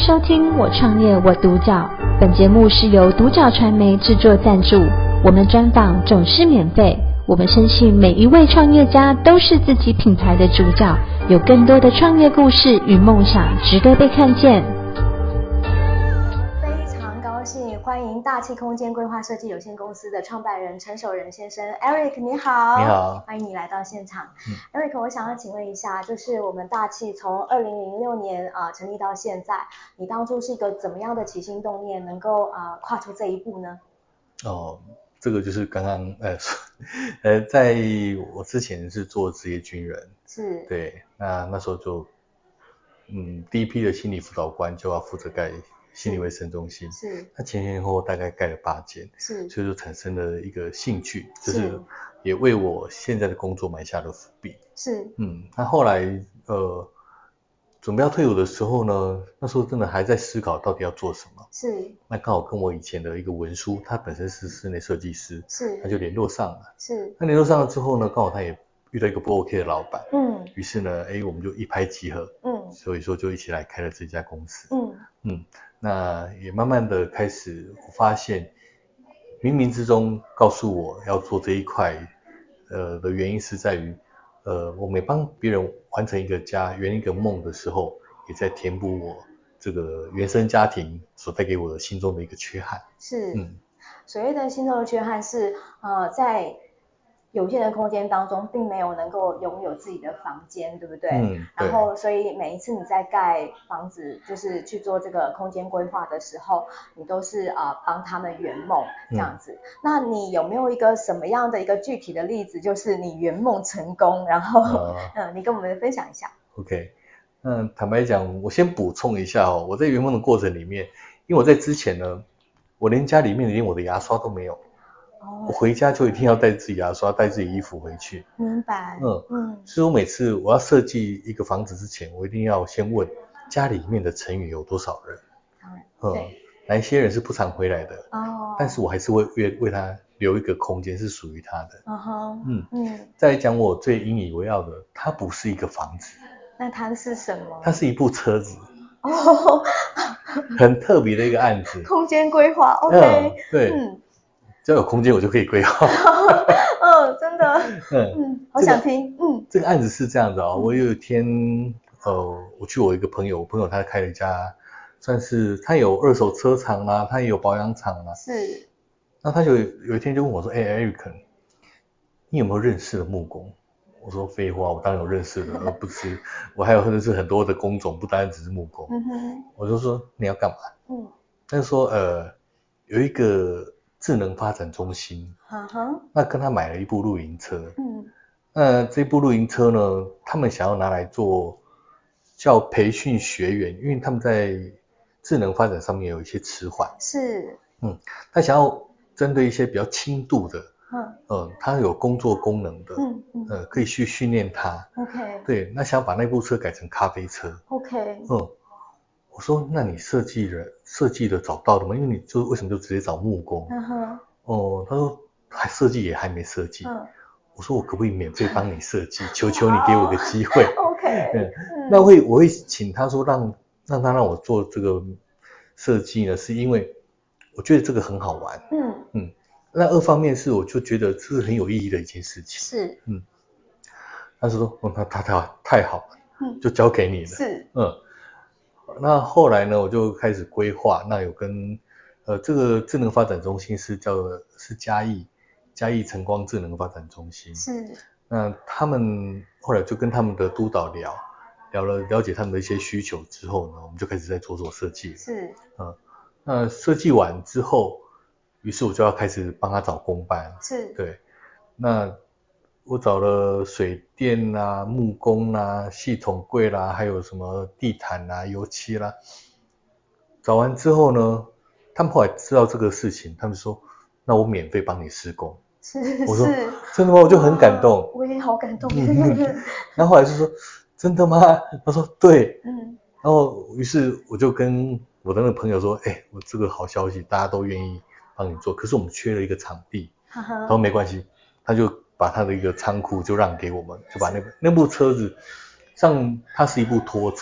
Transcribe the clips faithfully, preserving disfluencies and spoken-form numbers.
收听我创业我独角，本节目是由独角传媒制作赞助，我们专访总是免费，我们深信每一位创业家都是自己品牌的主角，有更多的创业故事与梦想值得被看见。 非常高兴欢迎大气空间规划设计有限公司的创办人陈守仁先生 Eric， 你好。 你好， 欢迎你来到现场。 嗯、 Eric， 我想要请问一下，就是我们大气从二零零六年啊、呃、成立到现在，你当初是一个怎么样的起心动念，能够啊、呃、跨出这一步呢？ 哦，这个就是刚刚呃呃，在我之前是做职业军人， 是， 对，那那时候就嗯第一批的心理辅导官就要负责盖心理卫生中心， 是， 那前前后后大概盖了八间， 是， 所以就产生了一个兴趣，就是也为我现在的工作埋下了伏笔。 是， 嗯，那后来呃准备要退伍的时候呢，那时候真的还在思考到底要做什么。 是， 那刚好跟我以前的一个文书，他本身是室内设计师， 是， 他就联络上了。 是， 那联络上了之后呢，刚好他也遇到一个不 OK 的老板， 嗯， 于是呢，哎，我们就一拍即合， 嗯， 所以说就一起来开了这家公司。 嗯嗯，那也慢慢的开始，我发现冥冥之中告诉我要做这一块，呃的原因是在于，呃，我每帮别人完成一个家、圆一个梦的时候，也在填补我这个原生家庭所带给我的心中的一个缺憾。 是， 嗯， 所谓的心中的缺憾是，呃，在有限的空间当中，并没有能够拥有自己的房间，对不对？ 嗯，对。 然后，所以每一次你在盖房子，就是去做这个空间规划的时候，你都是呃帮他们圆梦这样子。嗯、那你有没有一个什么样的一个具体的例子，就是你圆梦成功，然后、呃、嗯，你跟我们分享一下。 OK， 那坦白讲，我先补充一下哦，我在圆梦的过程里面，因为我在之前呢，我连家里面连我的牙刷都没有。我回家就一定要带自己牙刷，带自己衣服回去。 明白。 嗯嗯。 所以我每次我要设计一个房子之前，我一定要先问家里面的成员有多少人。 当然。 嗯， 对。 哪一些人是不常回来的。 哦。 但是我还是会为为他留一个空间是属于他的。 嗯哼。 嗯嗯。 再讲我最引以为傲的，它不是一个房子。 那它是什么？ 它是一部车子。 哦。 很特别的一个案子。 空间规划 ，OK。 嗯，对。 嗯。 只要有空间我就可以规划。 嗯，真的。 嗯嗯，好想听。嗯， 这个案子是这样的啊、哦，我有一天，呃，我去我一个朋友，我朋友他开了一家，算是他有二手车厂啦、啊，他也有保养厂啦、啊。 是。 那他就有一天就问我说：“哎、欸、，Eric， 你有没有认识的木工？”我说：“废话，我当然有认识的，而不是我还有认识很多的工种，不单只是木工。 嗯哼。 我就说：“你要干嘛？” 嗯。 他就说：“呃，有一个智能发展中心。 嗯哼。 那跟他买了一部露营车。 嗯。 那这部露营车呢，他们想要拿来做叫培训学员，因为他们在智能发展上面有一些迟缓。 是。 嗯，他想要针对一些比较轻度的， 嗯， 呃，他有工作功能的， 嗯嗯， 呃，可以去训练他。 OK。 对，那想把那部车改成咖啡车。 OK。 嗯，我说，那你设计了设计的找到了吗？因为你就为什么就直接找木工？ 嗯哼。 哦，他说还设计也还没设计。 嗯。 我说我可不可以免费帮你设计？求求你给我个机会。 OK。 嗯， 嗯、 那会我会请他说让让他让我做这个设计呢，是因为我觉得这个很好玩。 嗯嗯，那二方面是我就觉得这是很有意义的一件事情。 是。 嗯，他说哦，那他太太好了， 嗯， 就交给你了。 是。 嗯，那后来呢，我就开始规划，那有跟呃这个智能发展中心是叫是嘉义。嘉义晨光智能发展中心是。 那他们后来就跟他们的督导聊聊了了解他们的一些需求之后呢，我们就开始在着手设计了。 是。 嗯，那设计完之后，于是我就要开始帮他找工班。 是。 对，那我找了水电啦、木工啦、系统柜啦，还有什么地毯啦、油漆啦。找完之后呢，他们后来知道这个事情，他们说。那我免费帮你施工。 是。 我说是真的吗？我就很感动。 我也好感动。 然后后来就说真的吗？他说对。 嗯。 然后于是我就跟我的那个朋友说，哎、欸，我这个好消息，大家都愿意帮你做，可是我们缺了一个场地。他说没关系，他就把他的一个仓库就让给我们，就把那个那部车子上，它是一部拖车。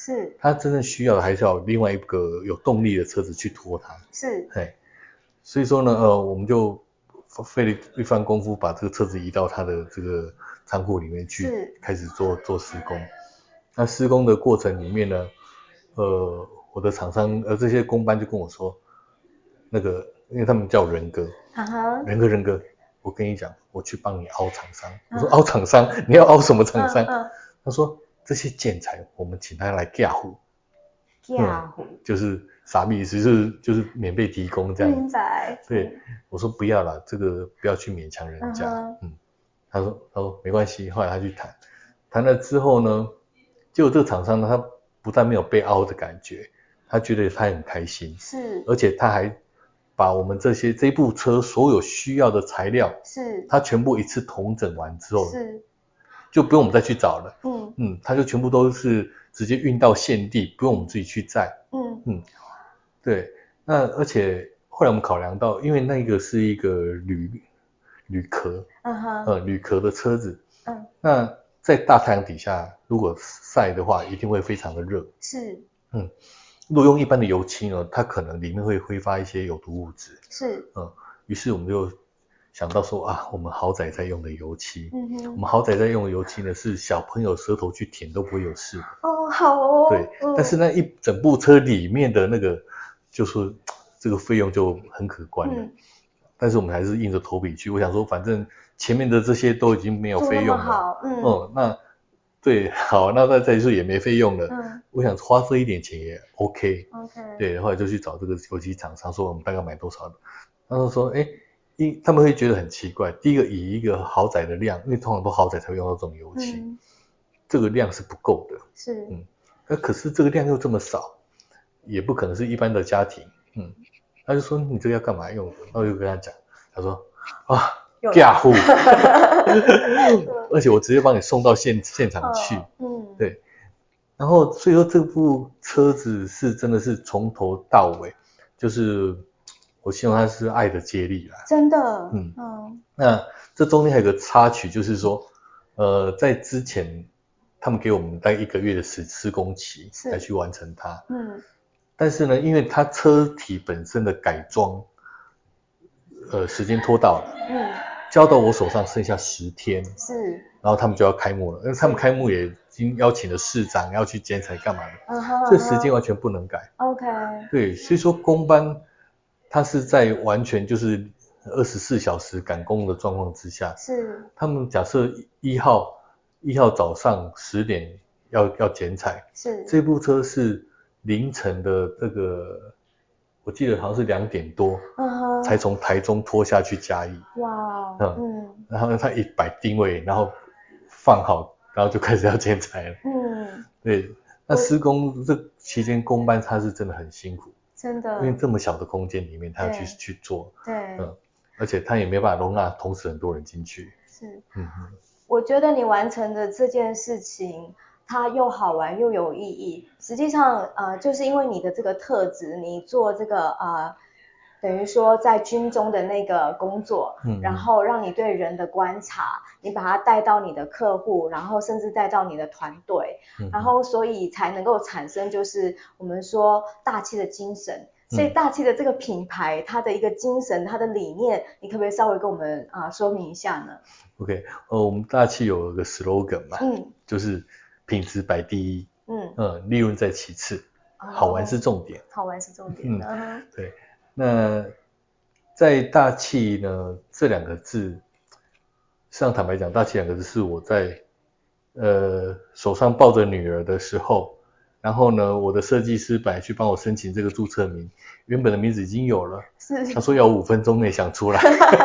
是， 它真正需要的还是要有另外一个有动力的车子去拖它。 是， 嘿，所以说呢，呃，我们就费了一番功夫把这个车子移到它的这个仓库里面去，开始做做施工。那施工的过程里面呢，呃，我的厂商，呃，这些工班就跟我说，那个，因为他们叫仁哥， 啊哈， 仁哥仁哥，我跟你讲，我去帮你凹厂商。我说凹厂商，你要凹什么厂商？ 嗯嗯、 他说这些建材我们请他来架户， 架户、 嗯，就是啥意思？就是就是免费提供这样。 明白。 对，我说不要啦，这个不要去勉强人家。嗯, 嗯，他说他说没关系，后来他去谈，谈了之后呢，结果这个厂商呢，他不但没有被凹的感觉，他觉得他很开心， 是， 而且他还把我们这些这部车所有需要的材料， 是， 他全部一次统整完之后， 是， 就不用我们再去找了。 嗯嗯，他就全部都是直接运到现地，不用我们自己去载。 嗯嗯，对，那而且后来我们考量到，因为那个是一个铝铝壳， 嗯哼， 呃，铝壳的车子， 嗯， 那在大太阳底下，如果晒的话，一定会非常的热。 是， 嗯，如果用一般的油漆呢，它可能里面会挥发一些有毒物质。 是， 嗯，于是我们就想到说啊，我们豪宅在用的油漆， 嗯哼， 我们豪宅在用的油漆呢，是小朋友舌头去舔都不会有事的。 哦，好哦。 对， 嗯、 但是那一整部车里面的那个，就是这个费用就很可观了。嗯，但是我们还是硬着头皮去。我想说，反正前面的这些都已经没有费用了。 好，嗯， 哦，那对，好，那再再说也没费用了。 嗯， 我想花这一点钱也 OK。 OK。 对，后来就去找这个油漆厂商，说我们大概买多少的。他就说，哎，一他们会觉得很奇怪。第一个，以一个豪宅的量，因为通常都豪宅才会用到这种油漆，嗯、这个量是不够的。 是， 嗯，那可是这个量又这么少，也不可能是一般的家庭。嗯，他就说你这个要干嘛用的？然后我就跟他讲，他说啊，架户，而且我直接帮你送到现现场去。嗯，对。然后所以说这部车子是真的是从头到尾，就是我希望它是爱的接力啦。 真的。 嗯嗯。那这中间还有个插曲，就是说，呃，在之前他们给我们大概一个月的施施工期来去完成它。嗯。但是呢，因为它车体本身的改装，呃，时间拖到了。嗯。交到我手上剩下十天。 是。 然后他们就要开幕了，因为他们开幕也已经邀请了市长要去剪彩干嘛的，uh-huh, 所以时间完全不能改。 OK。 对，所以说工班他是在完全就是二十四小时赶工的状况之下， 是。 他们假设一号一号早上十点要要剪彩， 是。 这部车是凌晨的这个，我记得好像是两点多，uh-huh, 才从台中拖下去嘉义。 哇。 嗯嗯，然后他一摆定位，然后放好，然后就开始要剪彩了。嗯，对，那施工这期间工班他是真的很辛苦， 真的， 因为这么小的空间里面他要去去做， 对， 嗯，而且他也没办法容纳同时很多人进去。 是，嗯嗯，我觉得你完成的这件事情，它又好玩又有意义。实际上，呃，就是因为你的这个特质，你做这个呃。等于说在军中的那个工作，嗯，然后让你对人的观察，你把它带到你的客户，然后甚至带到你的团队，嗯，然后所以才能够产生就是我们说大气的精神。所以大气的这个品牌，它的一个精神，它的理念，你可不可以稍微跟我们啊、呃、说明一下呢 ？OK， 呃，我们大气有个 slogan 嘛，嗯，就是品质摆第一，嗯嗯，利润在其次，哦，好玩是重点， 好玩是重点， 嗯，对。那在大气呢这两个字，实际上坦白讲，大气两个字是我在呃手上抱着女儿的时候，然后呢我的设计师本来去帮我申请这个注册名，原本的名字已经有了， 是， 他说要五分钟内想出来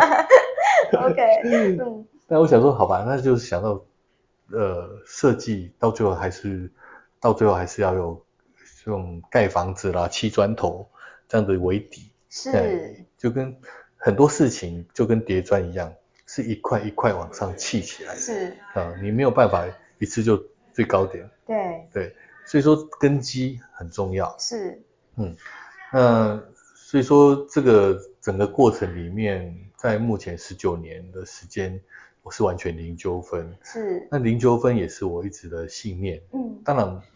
OK， 嗯， 但我想说好吧，那就是想到呃设计到最后还是到最后还是要有这种盖房子啦、砌砖头这样的为底。 是， 就跟很多事情就跟叠砖一样，是一块一块往上砌起来的。 是啊，你没有办法一次就最高点。 对对，所以说根基很重要。 是， 嗯，那所以说这个整个过程里面，在目前十九年的时间，我是完全零纠纷。 是， 那零纠纷也是我一直的信念。嗯，当然我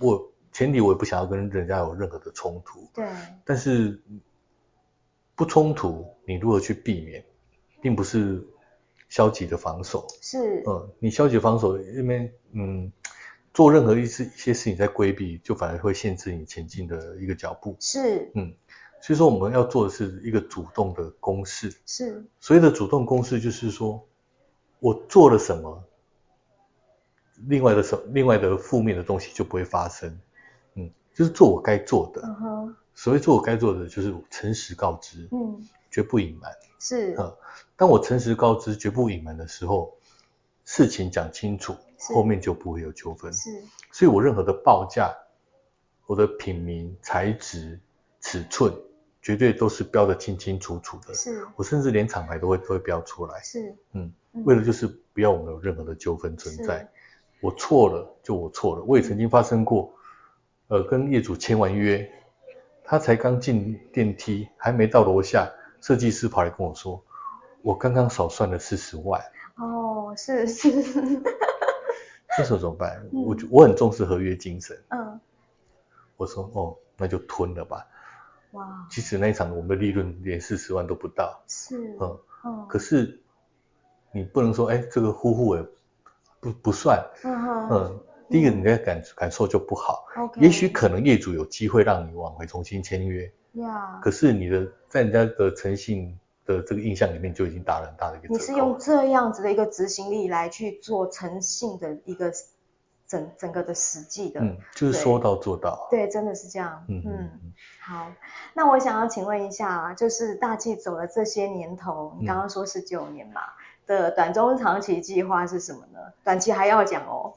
前提我也不想要跟人家有任何的冲突。 对。但是不冲突，你如何去避免，并不是消极的防守。 是。 嗯，你消极防守，因为嗯，做任何一次一些事情在规避，就反而会限制你前进的一个脚步。 是。 嗯，所以说我们要做的是一个主动的攻势。 是。所谓的主动攻势就是说，我做了什么，另外的什另外的负面的东西就不会发生。嗯，就是做我该做的。 嗯哼。所谓做我该做的，就是诚实告知。 嗯。 绝不隐瞒。 是。 嗯，当我诚实告知，绝不隐瞒的时候，事情讲清楚，后面就不会有纠纷。 是。 所以我任何的报价，我的品名、材质、尺寸，绝对都是标得清清楚楚的。 是。我甚至连厂牌都会都会标出来。 是。 嗯，为了就是不要我们有任何的纠纷存在。我错了就我错了，我也曾经发生过，呃，跟业主签完约，他才刚进电梯，还没到楼下，设计师跑来跟我说，我刚刚少算了四十万。 哦，是是。 这时候怎么办？嗯、我我很重视合约精神。 嗯。 我说哦，那就吞了吧。 哇。 其实那一场我们的利润连四十万都不到。 是。 嗯。 嗯。 可是你不能说，哎，这个呼呼也不不算。嗯哼。嗯。第一个你的感感受就不好。Okay. 也许可能业主有机会让你往回重新签约。 Yeah. 可是你的在人家的诚信的这个印象里面就已经打了很大的一个折扣。 你是用这样子的一个执行力来去做诚信的一个整整个的实际的。 嗯，就是说到做到。 对，真的是这样。嗯 嗯, 嗯。好，那我想要请问一下，就是大气走了这些年头，你刚刚说十九年嘛。嗯的短中长期计划是什么呢？短期还要讲哦。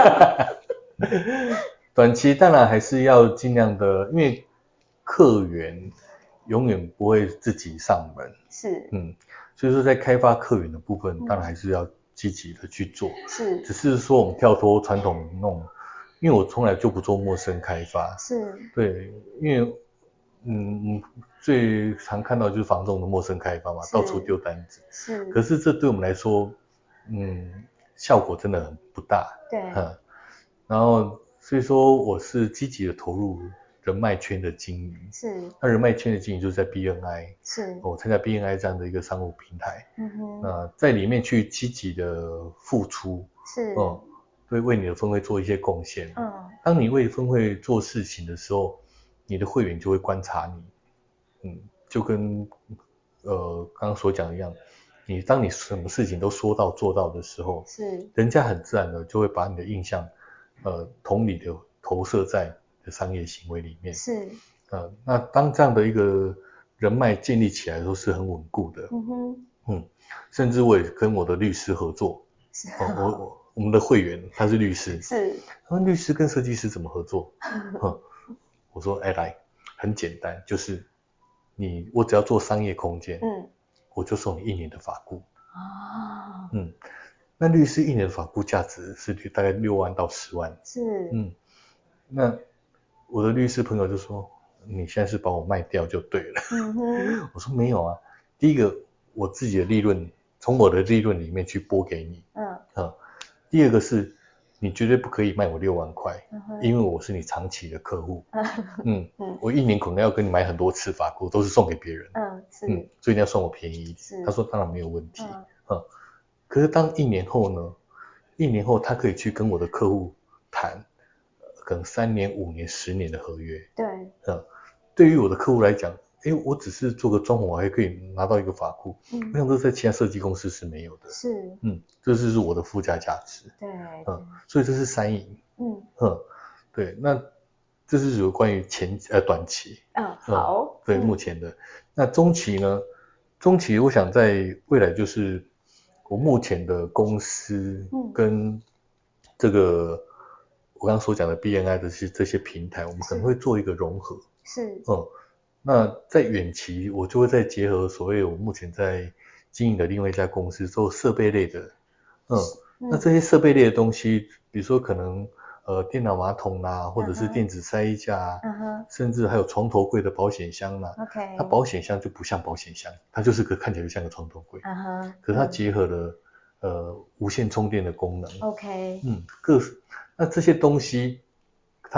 短期当然还是要尽量的，因为客源永远不会自己上门。 是。 嗯，所以说在开发客源的部分，当然还是要积极的去做。 是。 只是说我们跳脱传统那种，因为我从来就不做陌生开发。 是。 对，因为嗯，最常看到就是房仲的陌生开发嘛，到处丢单子。 是。 可是这对我们来说，嗯，效果真的很不大。 对。 嗯。然后，所以说我是积极的投入人脉圈的经营。 是。 那人脉圈的经营就是在 B N I。 是。 我参加 B N I 这样的一个商务平台。 嗯哼。 那在里面去积极的付出。 是。 嗯，对，为你的分会做一些贡献。 嗯。 当你为分会做事情的时候，你的会员就会观察你。嗯，就跟呃刚刚所讲的一样，你当你什么事情都说到做到的时候， 是。 人家很自然的就会把你的印象，呃，同理的投射在你的商业行为里面。 是。呃， 那当这样的一个人脉建立起来的时候，是很稳固的。 嗯哼。 嗯，甚至我也跟我的律师合作。 是。 哦，我我我们的会员他是律师。 是。 他说律师跟设计师怎么合作？嗯，我说哎来，很简单，就是你我只要做商业空间，嗯，我就送你一年的法顾。 哦。 嗯，那律师一年的法顾价值是大概六万到十万。 是。 嗯，那我的律师朋友就说，你现在是把我卖掉就对了。嗯哼。我说没有啊，第一个我自己的利润，从我的利润里面去拨给你。嗯。嗯，第二个是你绝对不可以卖我六万块，嗯，因为我是你长期的客户。嗯嗯，我一年可能要跟你买很多次法顾，都是送给别人。 嗯，是。 嗯，所以你要算我便宜。是。他说当然没有问题。嗯。嗯，可是当一年后呢？一年后他可以去跟我的客户谈，可能三年、五年、十年的合约。 对。 嗯，对于我的客户来讲，哎，我只是做个装潢，我还可以拿到一个法顾。嗯，我想这在其他设计公司是没有的。 是。 嗯，这就是我的附加价值。 对。 嗯，所以这是三赢。 嗯。 嗯，对，那这是有关于前呃短期。 嗯，好。 嗯，对，目前的。那中期呢？中期我想在未来就是我目前的公司跟这个我刚刚所讲的 B N I 的这些这些平台，我们可能会做一个融合。 是。 嗯，那在远期我就会再结合所谓我目前在经营的另外一家公司做设备类的。嗯，那这些设备类的东西，比如说可能呃电脑马桶啦，或者是电子筛衣架啊，嗯哼，甚至还有床头柜的保险箱啦。 OK。 它保险箱就不像保险箱，它就是个看起来就像个床头柜。嗯哼。可是它结合了、嗯、呃无线充电的功能。 OK。 嗯，各那这些东西它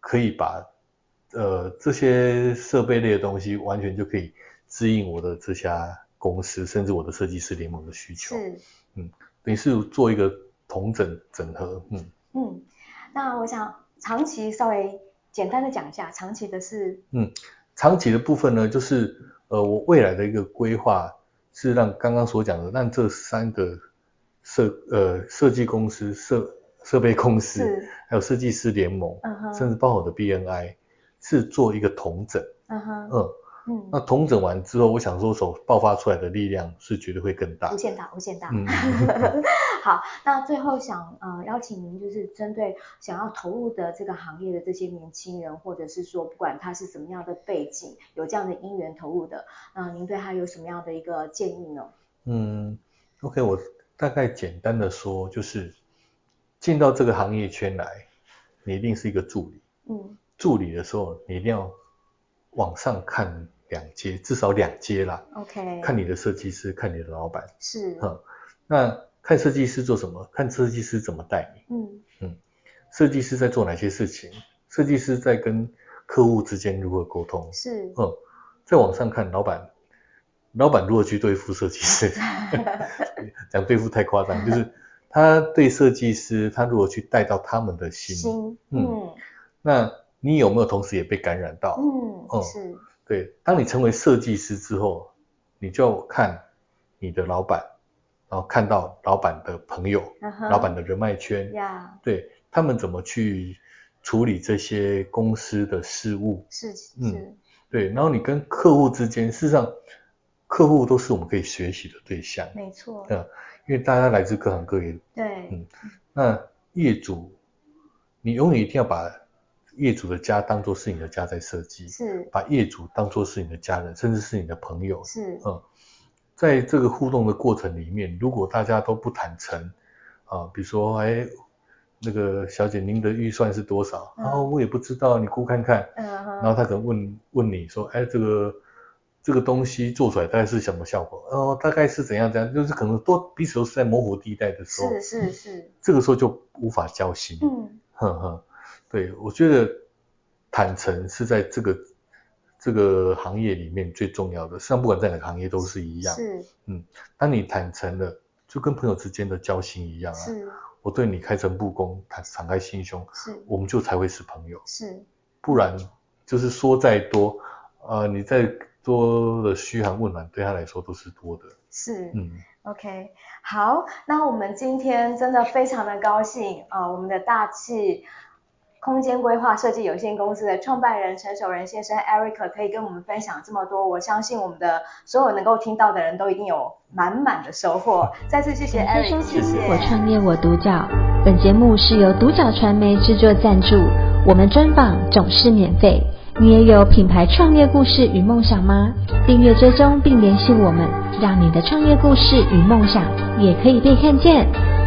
可以把呃这些设备类的东西完全就可以支应我的这家公司，甚至我的设计师联盟的需求。 是， 嗯，等于是做一个统整整合。嗯嗯，那我想长期稍微简单的讲一下，长期的是， 嗯，长期的部分呢，就是呃我未来的一个规划是让刚刚所讲的，让这三个设呃设计公司、设设备公司，还有设计师联盟， 嗯、 甚至包括我的 B N I， 是做一个统整。 嗯哼， 嗯嗯，那统整完之后，我想说所爆发出来的力量是绝对会更大， 无限大，无限大。 嗯， 好，那最后想呃邀请您，就是针对想要投入的这个行业的这些年轻人，或者是说不管他是怎么样的背景，有这样的因缘投入的，那、呃、您对他有什么样的一个建议呢？ 嗯 ，OK， 我大概简单的说，就是进到这个行业圈来，你一定是一个助理。嗯，助理的时候，你一定要往上看两阶，至少两阶啦。 OK。 看你的设计师，看你的老板。 是。 嗯，那看设计师做什么？看设计师怎么带你。嗯嗯，设计师在做哪些事情？设计师在跟客户之间如何沟通？ 是。 嗯，再往上看老板。老板如何去对付设计师？讲对付太夸张，就是他对设计师，他如何去带到他们的心。 心，嗯，嗯， 那你有没有同时也被感染到？ 嗯， 嗯， 是， 对。当你成为设计师之后，你就看你的老板，然后看到老板的朋友， uh-huh, 老板的人脉圈， yeah, 对，他们怎么去处理这些公司的事务。 是是， 嗯，对。然后你跟客户之间，事实上客户都是我们可以学习的对象。 没错。 嗯，因为大家来自各行各业。 对。 嗯，那业主，你永远一定要把业主的家当作是你的家在设计。是。把业主当作是你的家人，甚至是你的朋友。是。嗯，在这个互动的过程里面，如果大家都不坦诚，啊，比如说，哎，那个小姐，您的预算是多少？嗯、哦，我也不知道，你估看看。嗯。然后他可能问问你说，哎，这个。这个东西做出来大概是什么效果？哦，大概是怎样怎样，就是可能都彼此都是在模糊地带的时候， 是是是， 这个时候就无法交心。嗯，呵呵，对，我觉得坦诚是在这个这个行业里面最重要的，实际上不管在哪个行业都是一样。是，嗯，当你坦诚了，就跟朋友之间的交心一样啊。是，我对你开诚布公，坦敞开心胸，是，我们就才会是朋友。是，不然就是说再多，呃，你在多的嘘寒问暖对他来说都是多的。 是，嗯 ，OK， 好，那我们今天真的非常的高兴啊、呃，我们的大气空间规划设计有限公司的创办人陈守仁先生 Eric 可以跟我们分享这么多，我相信我们的所有能够听到的人都一定有满满的收获。再次谢谢 Eric， 谢谢。 我创业我独角，本节目是由独角传媒制作赞助，我们专访总是免费。你也有品牌创业故事与梦想吗？订阅追踪并联系我们，让你的创业故事与梦想也可以被看见。